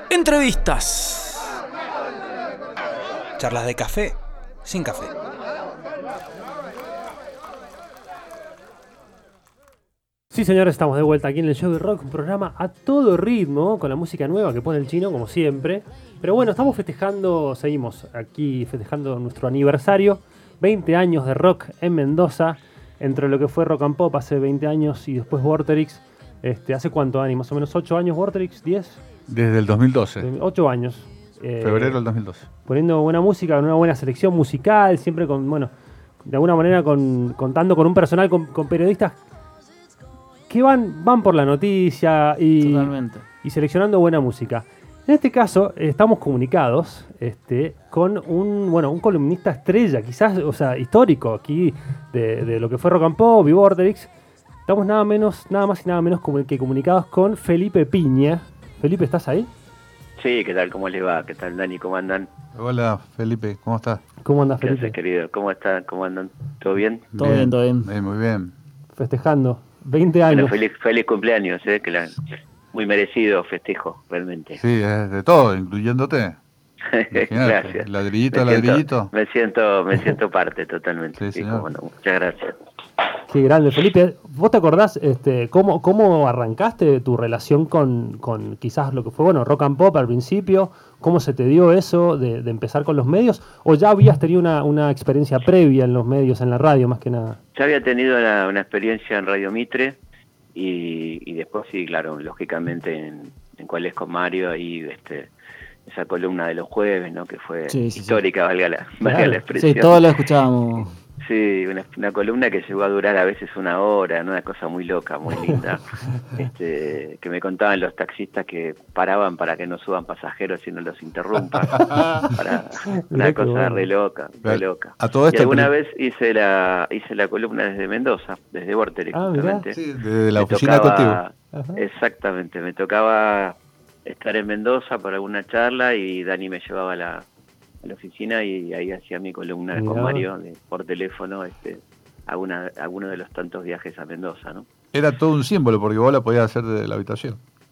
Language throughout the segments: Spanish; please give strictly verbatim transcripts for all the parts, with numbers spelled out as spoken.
Entrevistas. Charlas de café sin café. Sí, señores, estamos de vuelta aquí en el Show de Rock, un programa a todo ritmo, con la música nueva que pone el chino, como siempre. Pero bueno, estamos festejando, seguimos aquí festejando nuestro aniversario, veinte años de rock en Mendoza, entre lo que fue Rock and Pop hace veinte años y después Vorterix. Este, ¿Hace cuánto, Dani? ¿Más o menos ocho años Vorterix? ¿diez? Desde el dos mil doce. ocho años. Eh, Febrero del dos mil doce. Poniendo buena música, con una buena selección musical, siempre con, bueno, de alguna manera con, contando con un personal, con, con periodistas que van, van por la noticia y, y seleccionando buena música. En este caso, eh, estamos comunicados este, con un, bueno, un columnista estrella, quizás, o sea, histórico aquí de, de lo que fue Rock and Pop y Vorterix. Estamos nada menos, nada más y nada menos que comunicados con Felipe Piña. Felipe, ¿estás ahí? Sí, ¿qué tal? ¿Cómo les va? ¿Qué tal, Dani? ¿Cómo andan? Hola, Felipe, ¿cómo estás? ¿Cómo andas, ¿Qué Felipe? haces, querido? ¿Cómo están? ¿Cómo andan? ¿Todo bien? Todo bien, todo bien. bien. Muy bien. Festejando. veinte años. Bueno, feliz, feliz cumpleaños, ¿eh? Que la, muy merecido festejo, realmente. Sí, es de todo, incluyéndote. Gracias. Ladrillito a me siento, ladrillito. Me siento, me siento parte totalmente. Sí, Sí, señor. cómo no. Muchas gracias. Qué grande, Felipe. ¿Vos te acordás este, cómo, cómo arrancaste tu relación con, con quizás lo que fue, bueno, Rock and Pop al principio? ¿Cómo se te dio eso de, de empezar con los medios? ¿O ya habías tenido una, una experiencia previa en los medios, en la radio, más que nada? Ya había tenido una, una experiencia en Radio Mitre y, y después sí, claro, lógicamente en, en Cuál es con Mario, ahí este, esa columna de los jueves, ¿no? Que fue Sí, sí, histórica, sí. valga, la, Claro. valga la expresión. Sí, todos lo escuchábamos. Sí, una, una columna que llegó a durar a veces una hora, ¿no? Una cosa muy loca, muy linda, este, que me contaban los taxistas que paraban para que no suban pasajeros y no los interrumpan. Para, una cosa bueno. re loca, re loca. A todo Y esto alguna pri- vez hice la hice la columna desde Mendoza, desde Vorterix, Ah, mirá. justamente. Sí, desde la Me oficina tocaba- contigo. Ajá. Exactamente, me tocaba estar en Mendoza para alguna charla y Dani me llevaba a la, a la oficina y ahí hacía mi columna Mirá. con Mario de- por teléfono, este, a una, alguno de los tantos viajes a Mendoza, ¿no? Era todo un símbolo porque vos la podías hacer desde la habitación.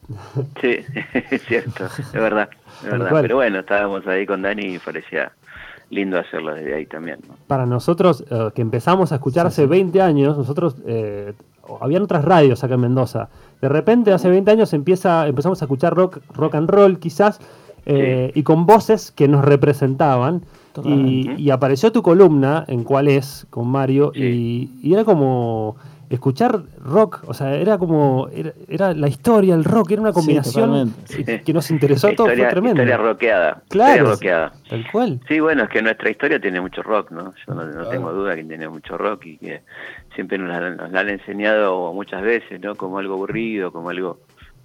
Sí, es cierto, es verdad, es Tal verdad. cual. Pero bueno, estábamos ahí con Dani y parecía lindo hacerlo desde ahí también, ¿no? Para nosotros, eh, que empezamos a escuchar Sí, hace sí. veinte años, nosotros, eh, habían otras radios acá en Mendoza. De repente, hace veinte años, empieza, empezamos a escuchar rock, rock and roll, quizás, eh, y con voces que nos representaban. Y, Totalmente. y apareció tu columna en Cuál es, con Mario, Sí. y, y era como escuchar rock, o sea, era como, era, era la historia, el rock, era una Sí, combinación totalmente. que, que nos interesó a todos, historia, fue tremendo. historia rockeada, Claro, historia rockeada. tal cual. Sí, bueno, es que nuestra historia tiene mucho rock, ¿no? Yo no, no Claro. tengo duda que tiene mucho rock y que siempre nos la, nos la han enseñado muchas veces, ¿no? Como algo aburrido, como algo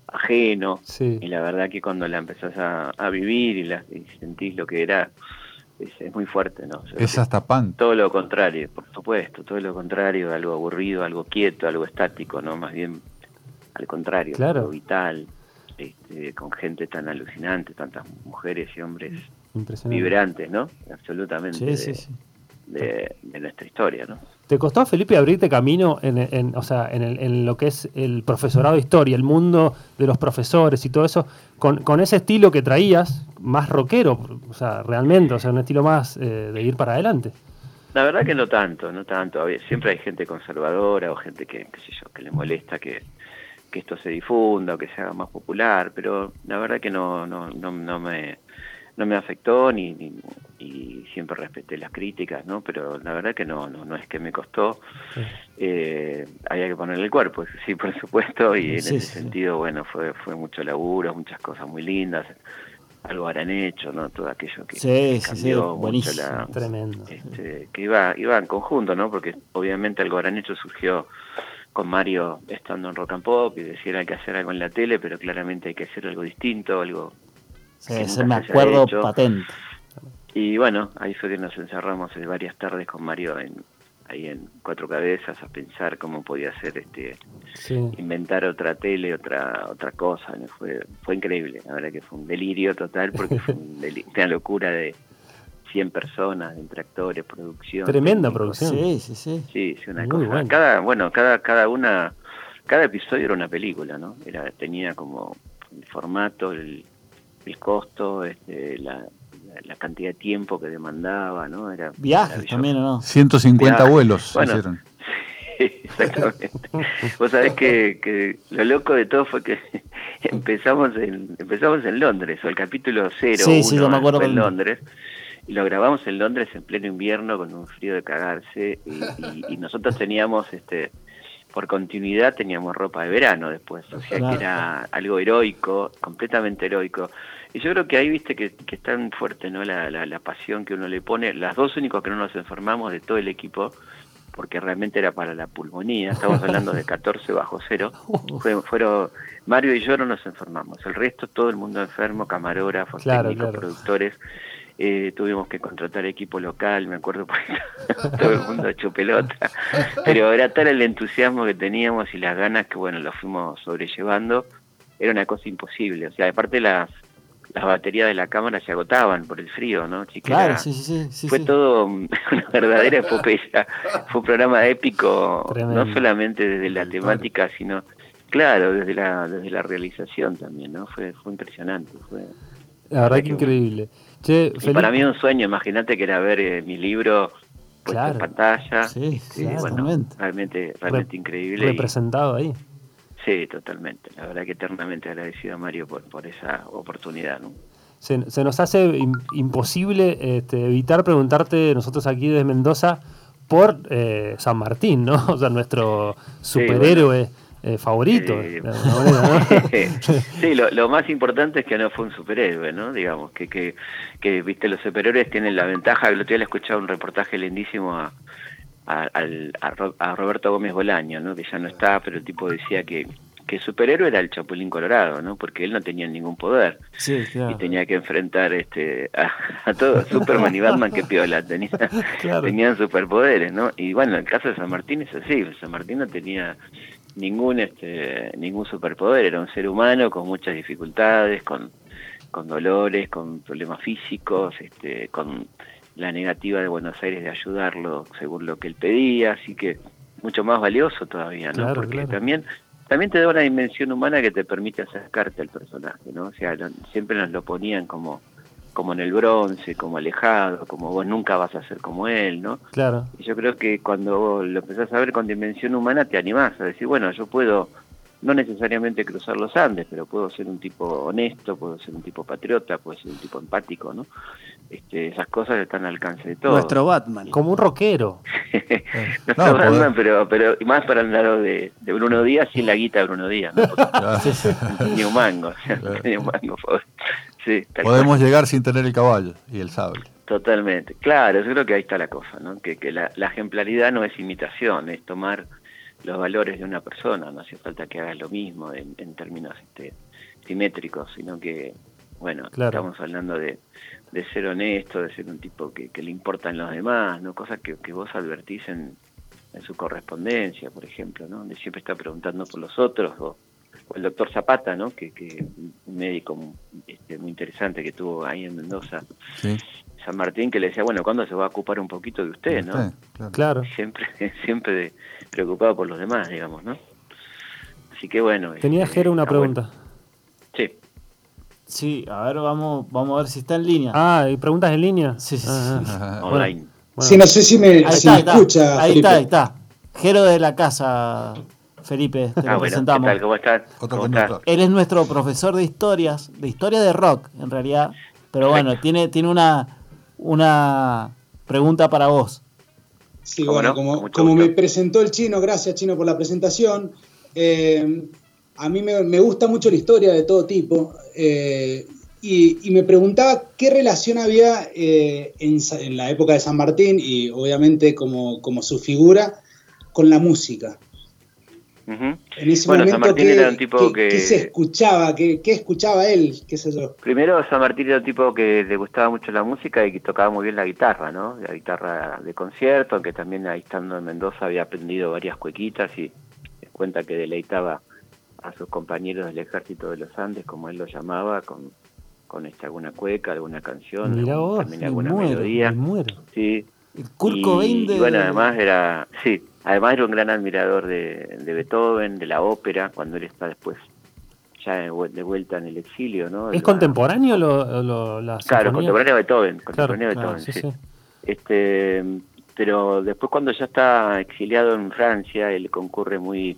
ajeno. Sí. Y la verdad que cuando la empezás a, a vivir y, la, y sentís lo que era, es, es muy fuerte, ¿no? Yo Es creo hasta punk. que todo lo contrario, por supuesto, todo lo contrario, algo aburrido, algo quieto, algo estático, ¿no? Más bien al contrario, Claro. algo vital, este, con gente tan alucinante, tantas mujeres y hombres Impresionante. vibrantes, ¿no? Absolutamente Sí, de, sí, sí. de- de nuestra historia, ¿no? ¿Te costó, Felipe, abrirte camino en, en, o sea, en, el- en lo que es el profesorado de historia, el mundo de los profesores y todo eso, con, con ese estilo que traías, más rockero, o sea, realmente, o sea, un estilo más eh, de ir para adelante? La verdad que no tanto, no tanto. A ver, siempre hay gente conservadora o gente que, qué sé yo, que le molesta que, que esto se difunda o que se haga más popular, pero la verdad que no, no, no, no me no me afectó ni, ni y siempre respeté las críticas, ¿no? Pero la verdad que no, no, no es que me costó. Sí. Eh, había que ponerle el cuerpo, eso sí, por supuesto, y en Sí, ese sí. sentido, bueno, fue fue mucho laburo, muchas cosas muy lindas, algo habrán hecho, ¿no? Todo aquello que, Sí, que sí, cambió sí, mucho buenísimo. la, Tremendo. este, que iba iba en conjunto, ¿no? Porque obviamente algo habrán hecho surgió con Mario estando en Rock and Pop y decir hay que hacer algo en la tele, pero claramente hay que hacer algo distinto, algo Sí, que ese nunca me se haya acuerdo hecho. patente. Y bueno, ahí fue que nos encerramos en varias tardes con Mario en, ahí en Cuatro Cabezas a pensar cómo podía ser este Sí. inventar otra tele, otra otra cosa, ¿no? Fue fue increíble, la verdad que fue un delirio total porque fue un deli- una locura de cien personas, entre actores, producción. Tremenda técnicos. producción. Sí, sí, sí. Sí, sí, una Muy cosa. bueno. Cada, bueno, cada, cada una, cada episodio era una película, ¿no? Era, tenía como el formato, el, el costo, este, la, la cantidad de tiempo que demandaba, ¿no? Era viajes también, ¿o no? ciento cincuenta Viajes. vuelos Bueno, hicieron. Exactamente. Vos sabés que, que lo loco de todo fue que empezamos en empezamos en Londres, o el capítulo cero Sí, sí, yo me uno acuerdo fue en con- Londres, y lo grabamos en Londres en pleno invierno con un frío de cagarse, y, y, y nosotros teníamos, este por continuidad, teníamos ropa de verano después, o sea Claro. que era algo heroico, completamente heroico. Y yo creo que ahí viste que, que es tan fuerte, ¿no? La, la, la pasión que uno le pone. Las dos únicos que no nos enfermamos de todo el equipo, porque realmente era para la pulmonía, estamos hablando de catorce bajo cero, Fue, fueron Mario y yo no nos enfermamos, el resto todo el mundo enfermo, camarógrafos, Claro, técnicos, claro. productores, eh, tuvimos que contratar equipo local, me acuerdo, porque todo el mundo hecho pelota, pero era tal el entusiasmo que teníamos y las ganas que bueno, lo fuimos sobrellevando, era una cosa imposible, o sea, aparte las las baterías de la cámara se agotaban por el frío, ¿no? Así que Claro, era- sí, sí, sí. sí, fue sí. todo una verdadera epopeya. Fue un programa épico, Tremendo. no solamente desde la temática, sino, claro, desde la desde la realización también, ¿no? Fue fue impresionante. Fue, La verdad que increíble. Che, y Felipe, para mí un sueño, imagínate que era ver eh, mi libro puesto Claro. en pantalla. Sí, Este, sí, bueno, totalmente. realmente, realmente Rep- increíble. y- representado ahí. sí, totalmente. La verdad que eternamente agradecido a Mario por, por esa oportunidad, ¿no? Se, se nos hace im- imposible este, evitar preguntarte, nosotros aquí desde Mendoza, por eh, San Martín, ¿no? O sea, nuestro superhéroe eh, favorito. Eh, de alguna manera, ¿no? sí, lo, lo más importante es que no fue un superhéroe, ¿no? Digamos, que, que, que viste, los superhéroes tienen la ventaja, el otro día le escuchaba un reportaje lindísimo a, a, al- a, Ro- a Roberto Gómez Bolaño, ¿no? Que ya no está, pero el tipo decía que, que el superhéroe era el Chapulín Colorado, ¿no? Porque él no tenía ningún poder. Sí, claro. Y tenía que enfrentar este a, a todos, Superman y Batman, que piola, tenía, Claro. tenían superpoderes, ¿no? Y bueno, en el caso de San Martín es así, San Martín no tenía ningún este ningún superpoder, era un ser humano con muchas dificultades, con, con dolores, con problemas físicos, este con la negativa de Buenos Aires de ayudarlo según lo que él pedía, así que mucho más valioso todavía, ¿no? Claro, Porque claro. también también te da una dimensión humana que te permite acercarte al personaje, ¿no? O sea, lo- siempre nos lo ponían como como en el bronce, como alejado, como vos nunca vas a ser como él, ¿no? Claro. Y yo creo que cuando vos lo empezás a ver con dimensión humana te animás a decir, bueno, yo puedo no necesariamente cruzar los Andes, pero puedo ser un tipo honesto, puedo ser un tipo patriota, puedo ser un tipo empático, ¿no? Este, esas cosas están al alcance de todos. Nuestro Batman. Como un rockero. No, No, Batman, poder- pero, pero y más para el lado de, de Bruno Díaz sin la guita de Bruno Díaz, ¿no? Porque Ya. no tenía un mango, o sea, no Claro. tenía un mango, pobre. Sí, tal Podemos cual. llegar sin tener el caballo y el sable. Totalmente. Claro, yo creo que ahí está la cosa, ¿no? Que, que la, la ejemplaridad no es imitación, es tomar los valores de una persona, no hace falta que hagas lo mismo en, en términos este, simétricos, sino que, bueno, Claro. estamos hablando de, de ser honesto, de ser un tipo que, que le importan los demás, ¿no? Cosas que, que vos advertís en, en su correspondencia, por ejemplo, ¿no? Donde siempre está preguntando por los otros, o, o el doctor Zapata, ¿no? Que, que un médico este, muy interesante que tuvo ahí en Mendoza, Sí. San Martín, que le decía, bueno, ¿cuándo se va a ocupar un poquito de usted, no? Sí, claro. Claro. Siempre, siempre de- preocupado por los demás, digamos, ¿no? Así que bueno. Tenía este, Jero una está bueno. pregunta. Sí. Sí, a ver, vamos, vamos a ver si está en línea. Ah, ¿y preguntas en línea? Sí, sí, Ah, sí. ah. Online. Bueno, Sí, no sé si me, Ahí si está, me ahí está. escucha, Ahí Felipe. está, ahí está. Jero de la casa, Felipe, te Ah, lo bueno, ¿qué presentamos. tal? ¿Cómo estás? Otro ¿Cómo estás? conductor. Él es nuestro profesor de historias, de historia de rock, en realidad. Pero bueno, tiene, tiene una, una pregunta para vos. Sí, ¿Cómo bueno, no? Con como, mucho como gusto. me presentó el Chino, gracias Chino por la presentación. Eh, a mí me, me gusta mucho la historia de todo tipo eh, y, y me preguntaba qué relación había eh, en, Sa- en la época de San Martín y obviamente como, como su figura con la música. Ujú. En ese Bueno, San momento, Martín ¿qué, era un tipo qué- que... qué se escuchaba? ¿Qué, qué escuchaba él? ¿Qué sé yo? Primero, San Martín era un tipo que le gustaba mucho la música y que tocaba muy bien la guitarra, ¿no? La guitarra de concierto, aunque también ahí estando en Mendoza había aprendido varias cuequitas y se cuenta que deleitaba a sus compañeros del ejército de los Andes, como él lo llamaba, con, con este, alguna cueca, alguna canción, Mirá algún- vos, también me alguna muero, melodía. me muero. Sí. El Kurt y, Cobain de... y bueno, además era, sí, además era un gran admirador de, de Beethoven, de la ópera, cuando él está después ya de vuelta en el exilio, ¿no? ¿Es la, contemporáneo lo, lo, la Claro, sinfonía? contemporáneo de Beethoven, contemporáneo Claro, de Beethoven, claro, sí, sí. sí. Este, pero después cuando ya está exiliado en Francia, él concurre muy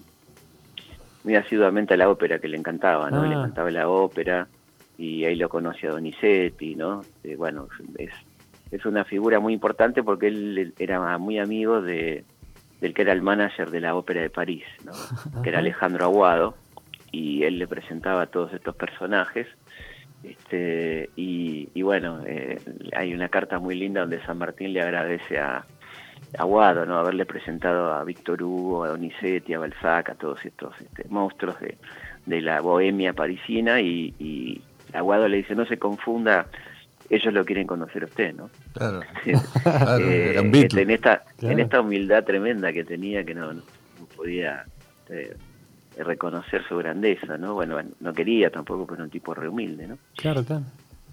muy asiduamente a la ópera, que le encantaba, ¿no? Ah. Le encantaba la ópera, y ahí lo conoce a Donizetti, ¿no? Eh, bueno, es, es una figura muy importante porque él era muy amigo de del que era el manager de la Ópera de París, ¿no? Que era Alejandro Aguado, y él le presentaba a todos estos personajes. Este, y, y bueno, eh, hay una carta muy linda donde San Martín le agradece a Aguado, ¿no? Haberle presentado a Víctor Hugo, a Donizetti, a Balzac, a todos estos este, monstruos de, de la bohemia parisina, y, y Aguado le dice, no se confunda, ellos lo quieren conocer a usted, ¿no? Claro. Claro, eh, era un Beatle. en esta Claro. en esta humildad tremenda que tenía, que no, no podía eh, reconocer su grandeza, ¿no? Bueno, no quería tampoco, pero era un tipo re humilde, ¿no? Claro, claro.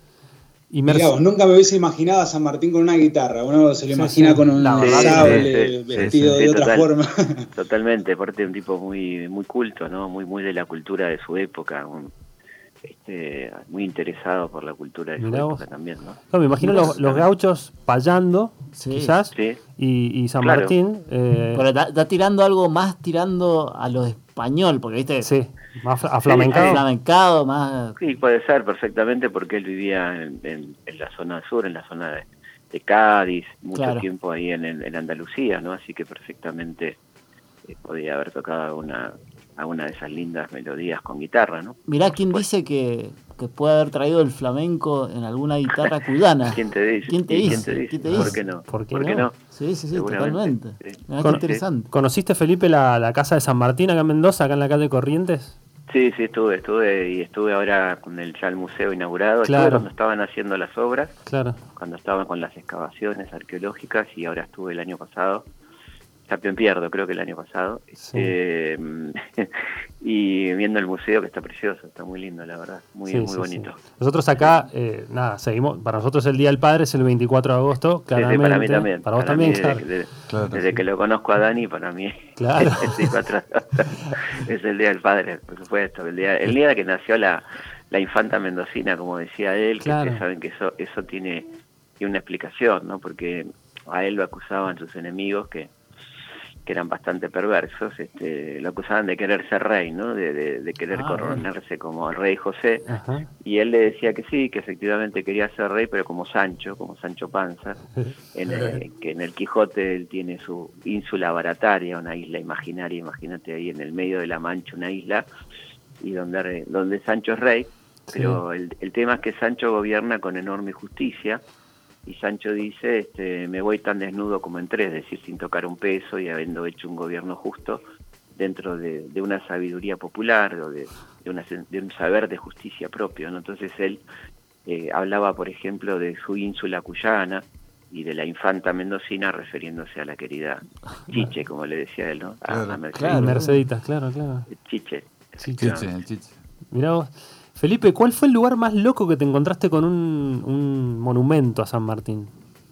Y Mirá, Merce- vos, nunca me hubiese imaginado a San Martín con una guitarra. Uno se lo Sí, imagina sí. con un La verdad que sable, sí, sí, vestido sí, de sí, otra total. forma. Totalmente, aparte de un tipo muy muy culto, ¿no? Muy muy de la cultura de su época, un, este, muy interesado por la cultura de su Mirá época vos. también, ¿no? No, me imagino los, los gauchos payando, Sí. quizás, Sí. y, y San Claro. Martín, eh, Pero está, está tirando algo más tirando a lo español, porque viste, sí, más fla- Sí, aflamencado. sí. flamencado, más. Sí, puede ser perfectamente, porque él vivía en, en, en la zona sur, en la zona de, de Cádiz, mucho Claro. tiempo ahí en, en, en Andalucía, ¿no? Así que perfectamente eh, podía haber tocado alguna, alguna de esas lindas melodías con guitarra, ¿no? Mirá quién Por dice que, que puede haber traído el flamenco en alguna guitarra cubana. ¿Quién te dice? ¿Quién te ¿Y dice? quién te ¿Quién te ¿Por dice? qué no? ¿Por qué no? Sí, sí, sí, Seguramente. totalmente. Sí. Mirá Con- qué interesante. ¿Conociste, Felipe, la, la casa de San Martín acá en Mendoza, acá en la calle Corrientes? Sí, sí, estuve, estuve y estuve ahora con el ya el museo inaugurado. Claro. Estuve cuando estaban haciendo las obras, Claro. cuando estaban con las excavaciones arqueológicas, y ahora estuve el año pasado. También pierdo, creo que el año pasado. Sí. Eh, y viendo el museo, que está precioso, está muy lindo, la verdad, muy, Sí, muy sí, bonito. sí. Nosotros acá, eh, nada, seguimos. Para nosotros el Día del Padre es el veinticuatro de agosto, Sí, sí, claramente. para mí también. Para vos Para también, mí, claro. Desde, desde- Claro, desde sí. que lo conozco a Dani, para mí Claro. el veinticuatro de agosto es el Día del Padre, por supuesto. El día, el día que nació la, la infanta mendocina, como decía él, que Claro. ustedes saben que eso, eso tiene, tiene una explicación, ¿no? Porque a él lo acusaban sus enemigos, que que eran bastante perversos, este, lo acusaban de querer ser rey, ¿no? De, de, de querer Ah, coronarse como el rey José, Ajá. y él le decía que sí, que efectivamente quería ser rey, pero como Sancho, como Sancho Panza, en el, que en el Quijote él tiene su ínsula barataria, una isla imaginaria, imagínate ahí en el medio de la Mancha una isla, y donde, donde Sancho es rey, pero el, el tema es que Sancho gobierna con enorme justicia, y Sancho dice, este, me voy tan desnudo como entré, es decir, sin tocar un peso y habiendo hecho un gobierno justo dentro de, de una sabiduría popular o de, de, una, de un saber de justicia propio, ¿no? Entonces él eh, hablaba, por ejemplo, de su ínsula cuyana y de la infanta mendocina, refiriéndose a la querida Chiche, como le decía él, ¿no? A, Claro. a Mercedes. Claro. Merceditas, claro, claro. Chiche. Chiche, el chiche. Mirá vos. Felipe, ¿cuál fue el lugar más loco que te encontraste con un, un monumento a San Martín?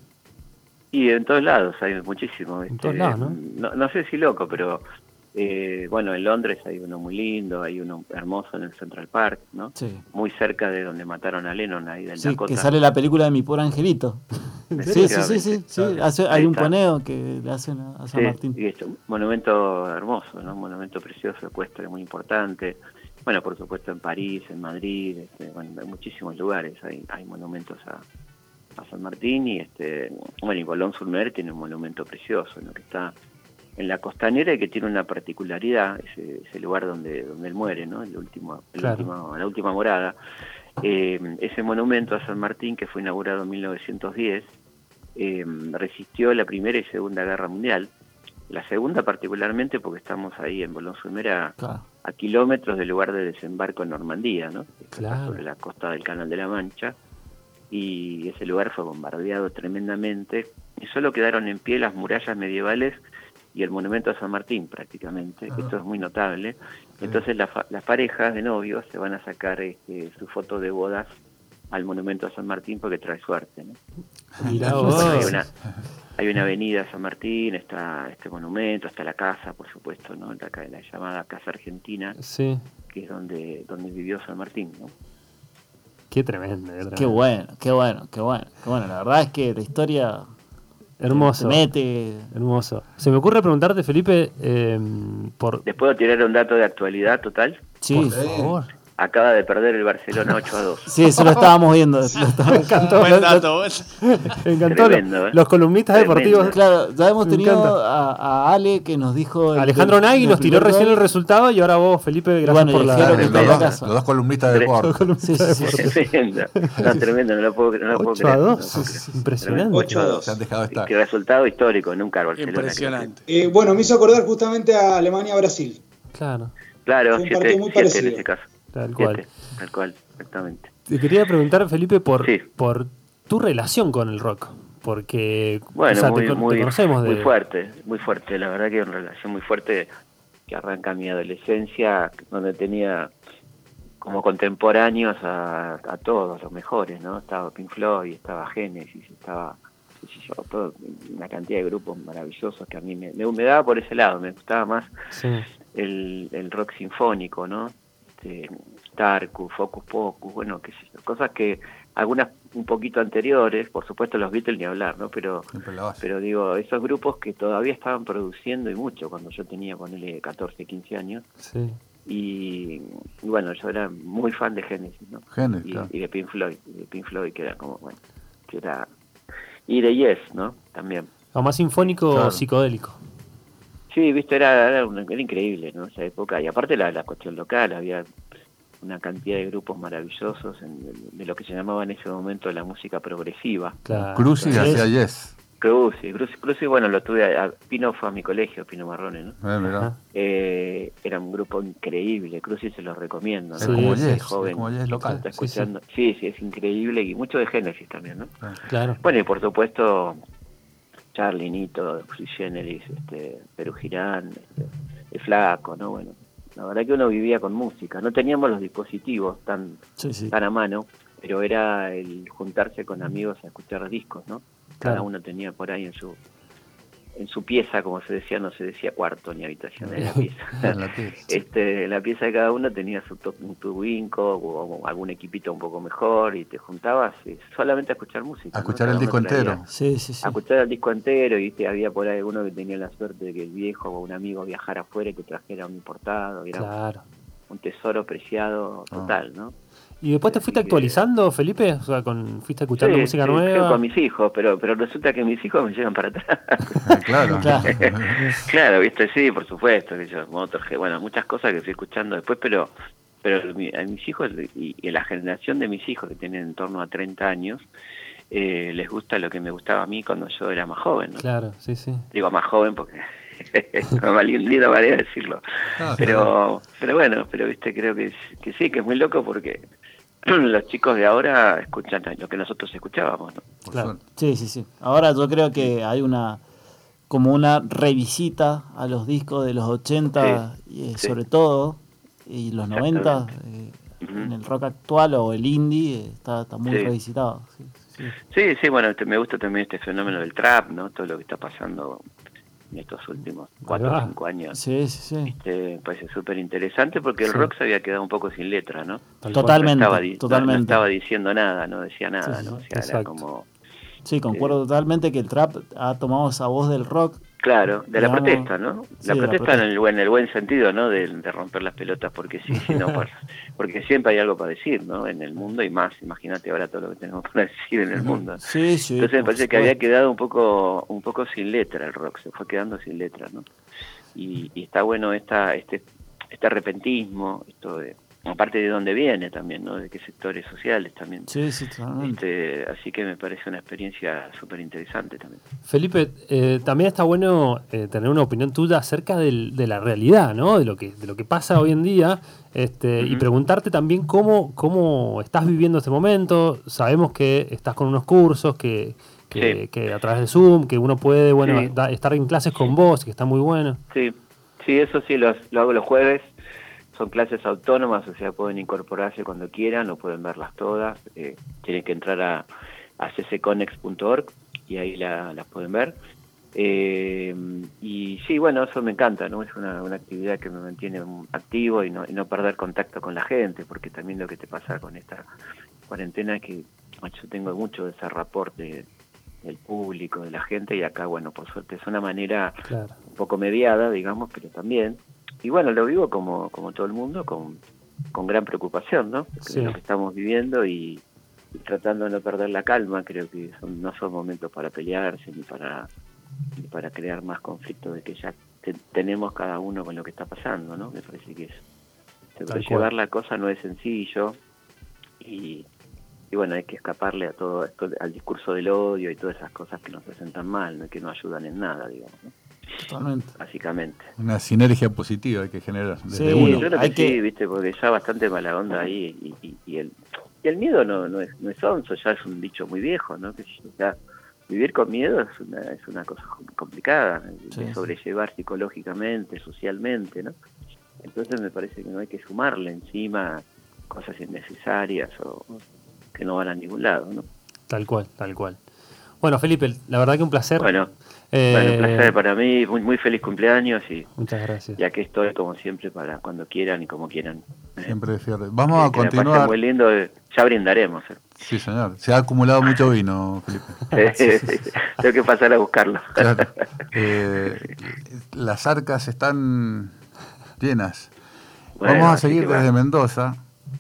Y en todos lados hay muchísimo. En este, todos lados, ¿no? no, no sé si loco, pero eh, bueno, en Londres hay uno muy lindo, hay uno hermoso en el Central Park, ¿no? Sí. Muy cerca de donde mataron a Lennon, ahí del Sí, Dakota. que sale la película de Mi Pobre Angelito. Sí, sí, sí, sí, sí. Hace- hay Ahí un está. poneo que le hacen a, a San Sí, Martín. y esto, un monumento hermoso, ¿no? Un monumento precioso, ecuestre, muy importante. Bueno, por supuesto en París, en Madrid, este, bueno, en muchísimos lugares hay, hay monumentos a, a San Martín, y este, bueno, y Boulogne-sur-Mer tiene un monumento precioso, ¿no? Que está en la costanera y que tiene una particularidad, ese, ese lugar donde donde él muere, ¿no? El último, el Claro. último, la última morada. Eh, ese monumento a San Martín, que fue inaugurado en mil novecientos diez, eh, resistió la Primera y Segunda Guerra Mundial. La segunda particularmente porque estamos ahí en Boulogne-sur-Mer a, Claro. a kilómetros del lugar de desembarco en Normandía, ¿no? Que está Claro. sobre la costa del Canal de la Mancha, y ese lugar fue bombardeado tremendamente, y solo quedaron en pie las murallas medievales y el monumento a San Martín prácticamente. Esto es muy notable. Entonces la fa- las parejas de novios se van a sacar este, su foto de bodas al monumento a San Martín porque trae suerte, ¿no? Mirá vos. Hay una, hay una avenida San Martín, está este monumento, está la casa, por supuesto, ¿no? La, la llamada Casa Argentina, sí. que es donde, donde vivió San Martín, ¿no? Qué tremendo, qué tremendo. Qué bueno, qué bueno, qué bueno, qué bueno. La verdad es que la historia hermoso, te mete. Hermoso. Se me ocurre preguntarte, Felipe, eh, por... ¿Les puedo tirar un dato de actualidad total? Sí, por favor. Acaba de perder el Barcelona ocho a dos. Sí, eso lo estábamos viendo. Lo estábamos... Me encantó. Buen dato. Me encantó. Tremendo, ¿eh? Los columnistas Tremendo. deportivos. Claro, ya hemos Me tenido encanta. a, a Ale que nos dijo... el- Alejandro del- Nagui del nos tiró primer recién gol. el resultado y ahora vos, Felipe, gracias Bueno, por y la... Jero, que Los está en la dos, casa. los dos columnistas de Tres. deporte. Sí, sí, sí. Tremendo. No, tremendo, no lo puedo, no lo puedo ocho creer. a no lo dos, puedo es creer. impresionante. ocho a dos. Se han dejado estar. Qué resultado histórico, nunca el Barcelona. Impresionante. Eh, bueno, me hizo acordar justamente a Alemania-Brasil. Claro, Claro, Fue un siete, partido muy siete parecido. en ese caso. tal cual. Siete, tal cual, exactamente. Te quería preguntar, Felipe, por, Sí. por tu relación con el rock. Porque Bueno, o sea, muy, te, con- te muy, conocemos de... muy fuerte, muy fuerte. La verdad que es una relación muy fuerte que arranca mi adolescencia, donde tenía como contemporáneos a, a todos los mejores, ¿no? Estaba Pink Floyd, estaba Genesis, estaba, qué sé yo, todo, una cantidad de grupos maravillosos que a mí me, me, me daba por ese lado, me gustaba más Sí. el, el rock sinfónico, ¿no? Este, Tarkus, Focus Pocus, bueno, qué sé yo, cosas que algunas un poquito anteriores, por supuesto los Beatles ni hablar, ¿no? Pero Siempre la base. pero digo, esos grupos que todavía estaban produciendo y mucho cuando yo tenía, ponele catorce, quince años, Sí. y, y bueno, yo era muy fan de Genesis, ¿no? Genesis, Y, claro. y de Pink Floyd, y de Pink Floyd que era como, bueno, que era... Y de Yes, ¿no? También. O más sinfónico Claro. psicodélico. Sí, viste, era, era, una- era increíble, ¿no? Esa época. Y aparte la, la cuestión local, había una cantidad de grupos maravillosos en- de, de lo que se llamaba en ese momento la música progresiva. Claro. Cruci Sí. hacía yes. Cruci, Cruci, Cruci, bueno, lo tuve, a, a- Pino fue a mi colegio, Pino Marrone, ¿no? Eh, mirá. Ajá. Eh, era un grupo increíble, Cruci se los recomiendo, ¿no? Es Sí, como sí, yes, Ese es joven como yes que local. está Sí, escuchando. Sí, sí, es increíble, y mucho de Génesis también, ¿no? Claro. Bueno, y por supuesto, Charlie, Nito, Sui Generis, este, Perú Girán, este, El Flaco, ¿no? Bueno, la verdad que uno vivía con música. No teníamos los dispositivos tan, Sí, sí. tan a mano, pero era el juntarse con amigos a escuchar discos, ¿no? Cada Claro. uno tenía por ahí en su en su pieza, como se decía, no se decía cuarto ni habitación, era la pieza. En la pieza. Este, la pieza de cada uno tenía su to- un tubinco o, o algún equipito un poco mejor y te juntabas eh, solamente a escuchar música. A ¿no? escuchar Cada el uno disco traía- entero. Sí, sí, sí. a escuchar el disco entero, y ¿viste? Había por ahí uno que tenía la suerte de que el viejo o un amigo viajara afuera y que trajera un importado, y era Claro. un tesoro preciado Ah. total, ¿no? ¿Y después te Así fuiste que- actualizando, Felipe? O sea, con, ¿fuiste escuchando Sí, música sí, nueva? con mis hijos, pero pero resulta que mis hijos me llevan para atrás. Claro. Claro. Claro, viste, sí, por supuesto, que yo, Motorhead, bueno, muchas cosas que fui escuchando después, pero pero mi- a mis hijos y, y a la generación de mis hijos que tienen en torno a treinta años, eh, les gusta lo que me gustaba a mí cuando yo era más joven, ¿no? Claro, sí, sí. Digo más joven porque es una linda manera de decirlo. Ah, Pero pero bueno, pero viste, creo que, es- que sí, que es muy loco porque los chicos de ahora escuchan lo que nosotros escuchábamos, ¿no? Por Claro. suerte. Sí, sí, sí. Ahora yo creo que hay una como una revisita a los discos de los ochenta, y, eh, sí. sobre todo, y los noventa, eh, Ujú. en el rock actual o el indie, eh, está, está muy Sí. revisitado. Sí, sí. Sí, sí, bueno, este- me gusta también este fenómeno del trap, ¿no? Todo lo que está pasando en estos últimos cuatro va. o cinco años. Sí, sí, sí. Este, me parece súper interesante porque el Sí. rock se había quedado un poco sin letra, ¿no? Tal cual. Totalmente, no estaba, di- no- totalmente. no estaba diciendo nada, no decía nada, Sí, sí, ¿no? O sea, era exacto. como, Sí, concuerdo totalmente que el trap ha tomado esa voz del rock. claro, de la Digamos, protesta, ¿no? sí, La de la protesta protesta. en el buen, en el buen sentido, ¿no? De, de romper las pelotas, porque sí, sí, no, por- porque siempre hay algo para decir, ¿no? En el mundo y más, imagínate ahora todo lo que tenemos para decir en el mundo. Sí, sí. Entonces me por parece que había supuesto. quedado un poco un poco sin letra el rock, se fue quedando sin letra, ¿no? Y, y está bueno esta este este repentismo, esto de aparte de dónde viene también, ¿no? De qué sectores sociales también. Sí, sí, totalmente. Este, así que me parece una experiencia súper interesante también. Felipe, eh, también está bueno eh, tener una opinión tuya acerca del- de la realidad, ¿no? De lo que, de lo que pasa hoy en día, este, y Ujú. preguntarte también cómo, cómo estás viviendo este momento. Sabemos que estás con unos cursos que, que, Sí. que a través de Zoom, que uno puede, bueno, Sí. da- estar en clases con vos, que está muy bueno. Sí, sí, eso sí lo, lo hago los jueves. son clases autónomas, o sea, pueden incorporarse cuando quieran, o pueden verlas todas. Eh, tienen que entrar a, a c c conex punto org y ahí la, las pueden ver. Eh, y sí, bueno, eso me encanta, ¿no? Es una, una actividad que me mantiene activo y no, y no perder contacto con la gente, porque también lo que te pasa con esta cuarentena es que yo tengo mucho de ese reporte del público, de la gente, y acá, bueno, por suerte es una manera Claro. un poco mediada, digamos, pero también, y bueno, lo vivo como, como todo el mundo, con, con gran preocupación, ¿no? Sí. De lo que estamos viviendo y, y tratando de no perder la calma. Creo que son, no son momentos para pelearse ni para y para crear más conflictos de que ya te, tenemos cada uno con lo que está pasando, ¿no? Me parece que es llevar la cosa no es sencillo y, y bueno, hay que escaparle a todo esto, al discurso del odio y todas esas cosas que nos presentan mal, ¿no? Que no ayudan en nada, digamos, ¿no? Totalmente. Básicamente. Una sinergia positiva hay que generar desde Sí, uno. Yo creo que hay sí, que- viste, porque ya bastante mala onda ahí y, y, y el y el miedo no no es no es onzo, ya es un dicho muy viejo, ¿no? Que ya vivir con miedo es una es una cosa complicada Sí, de sobrellevar psicológicamente, socialmente, ¿no? Entonces me parece que no hay que sumarle encima cosas innecesarias o que no van a ningún lado, ¿no? Tal cual, tal cual. Bueno, Felipe, la verdad que un placer. Bueno, Eh, bueno, un placer para mí, muy muy feliz cumpleaños y Muchas gracias. y aquí estoy como siempre para cuando quieran y como quieran. Siempre de fierro. Vamos a Que la pasen continuar. muy lindo, eh, ya brindaremos. eh. Sí, señor. Se ha acumulado mucho vino, Felipe. Tengo que pasar a buscarlo. Claro. Eh, las arcas están llenas. Bueno, Vamos a así seguir que va. desde Mendoza,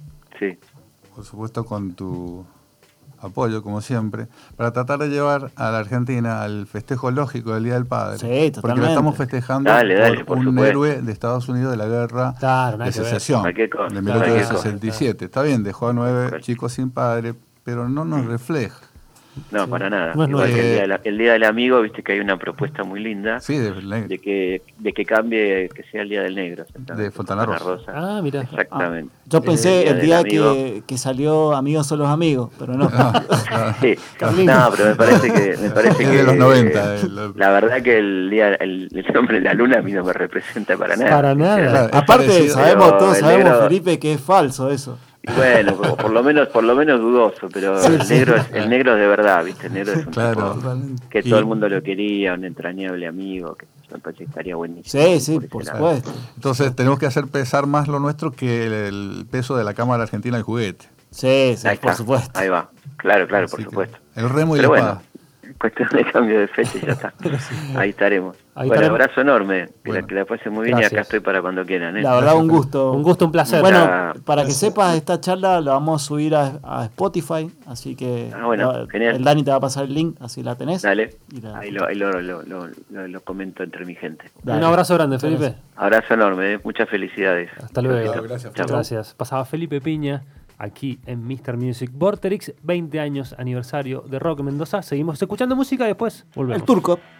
Sí, por supuesto con tu apoyo, como siempre, para tratar de llevar a la Argentina al festejo lógico del Día del Padre. Sí, Porque totalmente. lo estamos festejando Dale, dale, por, por un supuesto. héroe de Estados Unidos de la guerra Claro, nada de que ver. secesión, Cualquier cosa, de cualquier mil ochocientos sesenta y siete. cosa. Está bien, dejó a nueve Correcto. chicos sin padre, pero no nos refleja. no, para nada. No es Igual nuevo. que el día, de la- el día del amigo, viste que hay una propuesta muy linda Sí, de, de que de que cambie, que sea el día del negro. exactamente, De Fontana Rosa. Ah, mira. Exactamente. Yo pensé Eh, el del día amigo. que, que salió Amigos son los amigos, pero no. Ah, Sí. Carlino. No, pero me parece que me parece Es que de los noventa, el- la verdad que el día el, el nombre de la luna a mí no me representa para nada. Para nada. Claro, es Aparte, parecido. sabemos, Pero todos el sabemos, negro- Felipe, que es falso eso. Y bueno, por, por lo menos por lo menos dudoso, pero Sí, el sí. negro es el negro de verdad, ¿viste? El negro es un Claro. tipo Totalmente. que Y- todo el mundo lo quería, un entrañable amigo, que me parece que estaría buenísimo. Sí, sí, ese por lado. supuesto. Entonces tenemos que hacer pesar más lo nuestro que el, el peso de la Cámara Argentina del Juguete. Sí, sí, Ahí por está, supuesto. ahí va. Claro, claro, Así por que supuesto. el remo y Pero la bueno, espada. cuestión de cambio de fecha y ya está. Ahí estaremos. Ahí bueno, estaremos. abrazo enorme, que, Bueno. la, que la pasen muy bien y Gracias. acá estoy para cuando quieran. ¿eh? La verdad, un gusto. Un gusto, un placer. Bueno, Ah, para que sepas, esta charla la vamos a subir a, a Spotify, así que Ah, bueno, la- genial. el Dani te va a pasar el link, así la tenés. Dale, Y la- ahí, lo, ahí lo, lo, lo, lo- lo comento entre mi gente. Dale. Un abrazo grande, Felipe. Abrazo enorme, ¿eh? Muchas felicidades. Hasta luego. Chao, gracias, Chao. Gracias. Pasaba Felipe Piña aquí en mister Music Vorterix, veinte años aniversario de Rock Mendoza. Seguimos escuchando música y después volvemos. El turco.